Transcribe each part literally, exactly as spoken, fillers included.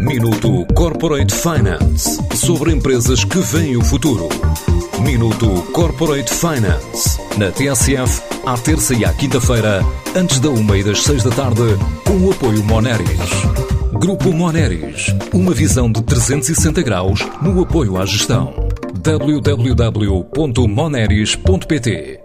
Minuto Corporate Finance, sobre empresas que veem o futuro. Minuto Corporate Finance, na T S F, à terça e à quinta-feira, antes da uma e das seis da tarde, com o apoio Moneris. Grupo Moneris, uma visão de trezentos e sessenta graus no apoio à gestão. w w w ponto moneris ponto p t.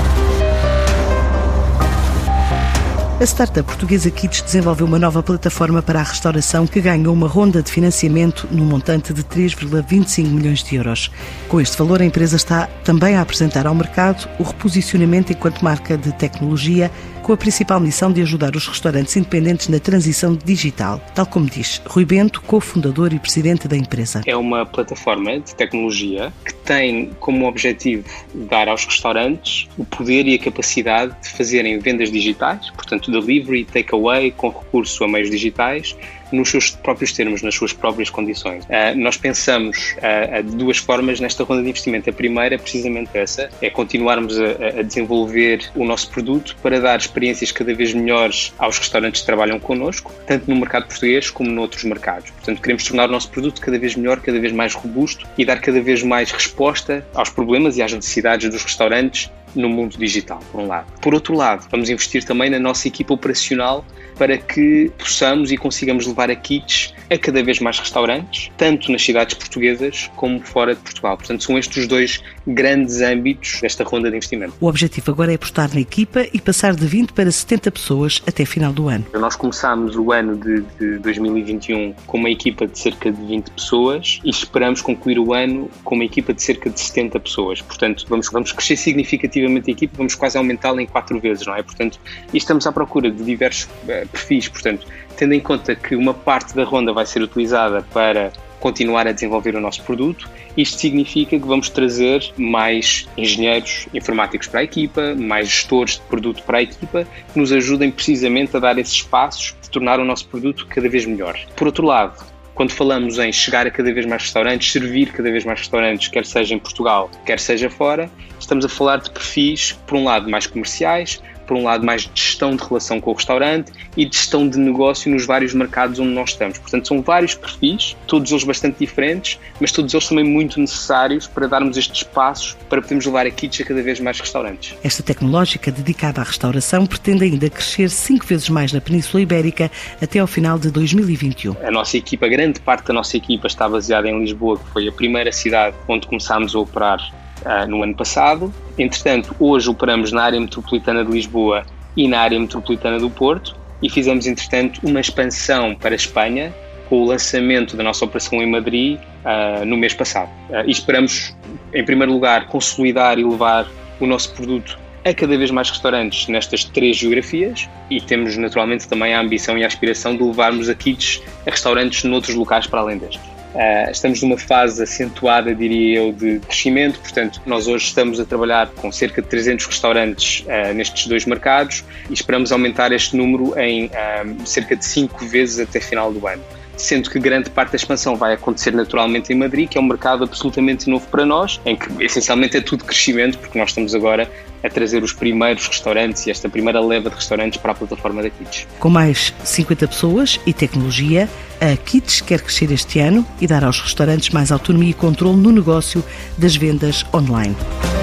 A startup portuguesa Kits desenvolveu uma nova plataforma para a restauração que ganhou uma ronda de financiamento no montante de três vírgula vinte e cinco milhões de euros. Com este valor, a empresa está também a apresentar ao mercado o reposicionamento enquanto marca de tecnologia, com a principal missão de ajudar os restaurantes independentes na transição digital, tal como diz Rui Bento, cofundador e presidente da empresa. É uma plataforma de tecnologia que tem como objetivo dar aos restaurantes o poder e a capacidade de fazerem vendas digitais, portanto delivery, takeaway, com recurso a meios digitais, nos seus próprios termos, nas suas próprias condições. Uh, nós pensamos uh, de duas formas nesta ronda de investimento. A primeira é precisamente essa, é continuarmos a, a desenvolver o nosso produto para dar experiências cada vez melhores aos restaurantes que trabalham connosco, tanto no mercado português como noutros mercados. Portanto, queremos tornar o nosso produto cada vez melhor, cada vez mais robusto e dar cada vez mais resposta aos problemas e às necessidades dos restaurantes no mundo digital, por um lado. Por outro lado, vamos investir também na nossa equipa operacional para que possamos e consigamos levar a Kits a cada vez mais restaurantes, tanto nas cidades portuguesas como fora de Portugal. Portanto, são estes os dois grandes âmbitos desta ronda de investimento. O objetivo agora é apostar na equipa e passar de vinte para setenta pessoas até final do ano. Nós começámos o ano de, de dois mil e vinte e um com uma equipa de cerca de vinte pessoas e esperamos concluir o ano com uma equipa de cerca de setenta pessoas. Portanto, vamos, vamos crescer significativamente a equipa, vamos quase aumentá-la em quatro vezes, não é? Portanto, e estamos à procura de diversos uh, perfis, portanto, tendo em conta que uma parte da ronda vai ser utilizada para continuar a desenvolver o nosso produto, isto significa que vamos trazer mais engenheiros informáticos para a equipa, mais gestores de produto para a equipa, que nos ajudem precisamente a dar esses passos de tornar o nosso produto cada vez melhor. Por outro lado, quando falamos em chegar a cada vez mais restaurantes, servir cada vez mais restaurantes, quer seja em Portugal, quer seja fora, estamos a falar de perfis, por um lado, mais comerciais, por um lado, mais de gestão de relação com o restaurante e de gestão de negócio nos vários mercados onde nós estamos. Portanto, são vários perfis, todos eles bastante diferentes, mas todos eles também muito necessários para darmos estes passos para podermos levar a Kits a cada vez mais restaurantes. Esta tecnológica dedicada à restauração pretende ainda crescer cinco vezes mais na Península Ibérica até ao final de dois mil e vinte e um. A nossa equipa, grande parte da nossa equipa está baseada em Lisboa, que foi a primeira cidade onde começámos a operar Uh, no ano passado. Entretanto, hoje operamos na área metropolitana de Lisboa e na área metropolitana do Porto e fizemos, entretanto, uma expansão para a Espanha com o lançamento da nossa operação em Madrid uh, no mês passado. Uh, e esperamos, em primeiro lugar, consolidar e levar o nosso produto a cada vez mais restaurantes nestas três geografias e temos, naturalmente, também a ambição e a aspiração de levarmos a Kits a restaurantes noutros locais para além destes. Uh, estamos numa fase acentuada, diria eu, de crescimento, portanto, nós hoje estamos a trabalhar com cerca de trezentos restaurantes uh, nestes dois mercados e esperamos aumentar este número em uh, cerca de cinco vezes até final do ano. Sendo que grande parte da expansão vai acontecer naturalmente em Madrid, que é um mercado absolutamente novo para nós, em que essencialmente é tudo crescimento, porque nós estamos agora a trazer os primeiros restaurantes e esta primeira leva de restaurantes para a plataforma da Kits. Com mais cinquenta pessoas e tecnologia, a Kits quer crescer este ano e dar aos restaurantes mais autonomia e controle no negócio das vendas online.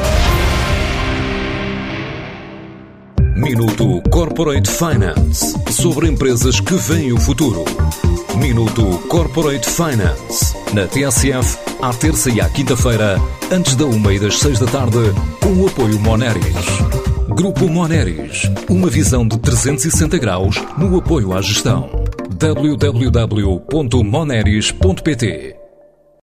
Minuto Corporate Finance, sobre empresas que veem o futuro. Minuto Corporate Finance, na T S F, à terça e à quinta-feira, antes da uma e das seis da tarde, com o apoio Moneris. Grupo Moneris, uma visão de trezentos e sessenta graus no apoio à gestão. w w w ponto moneris ponto p t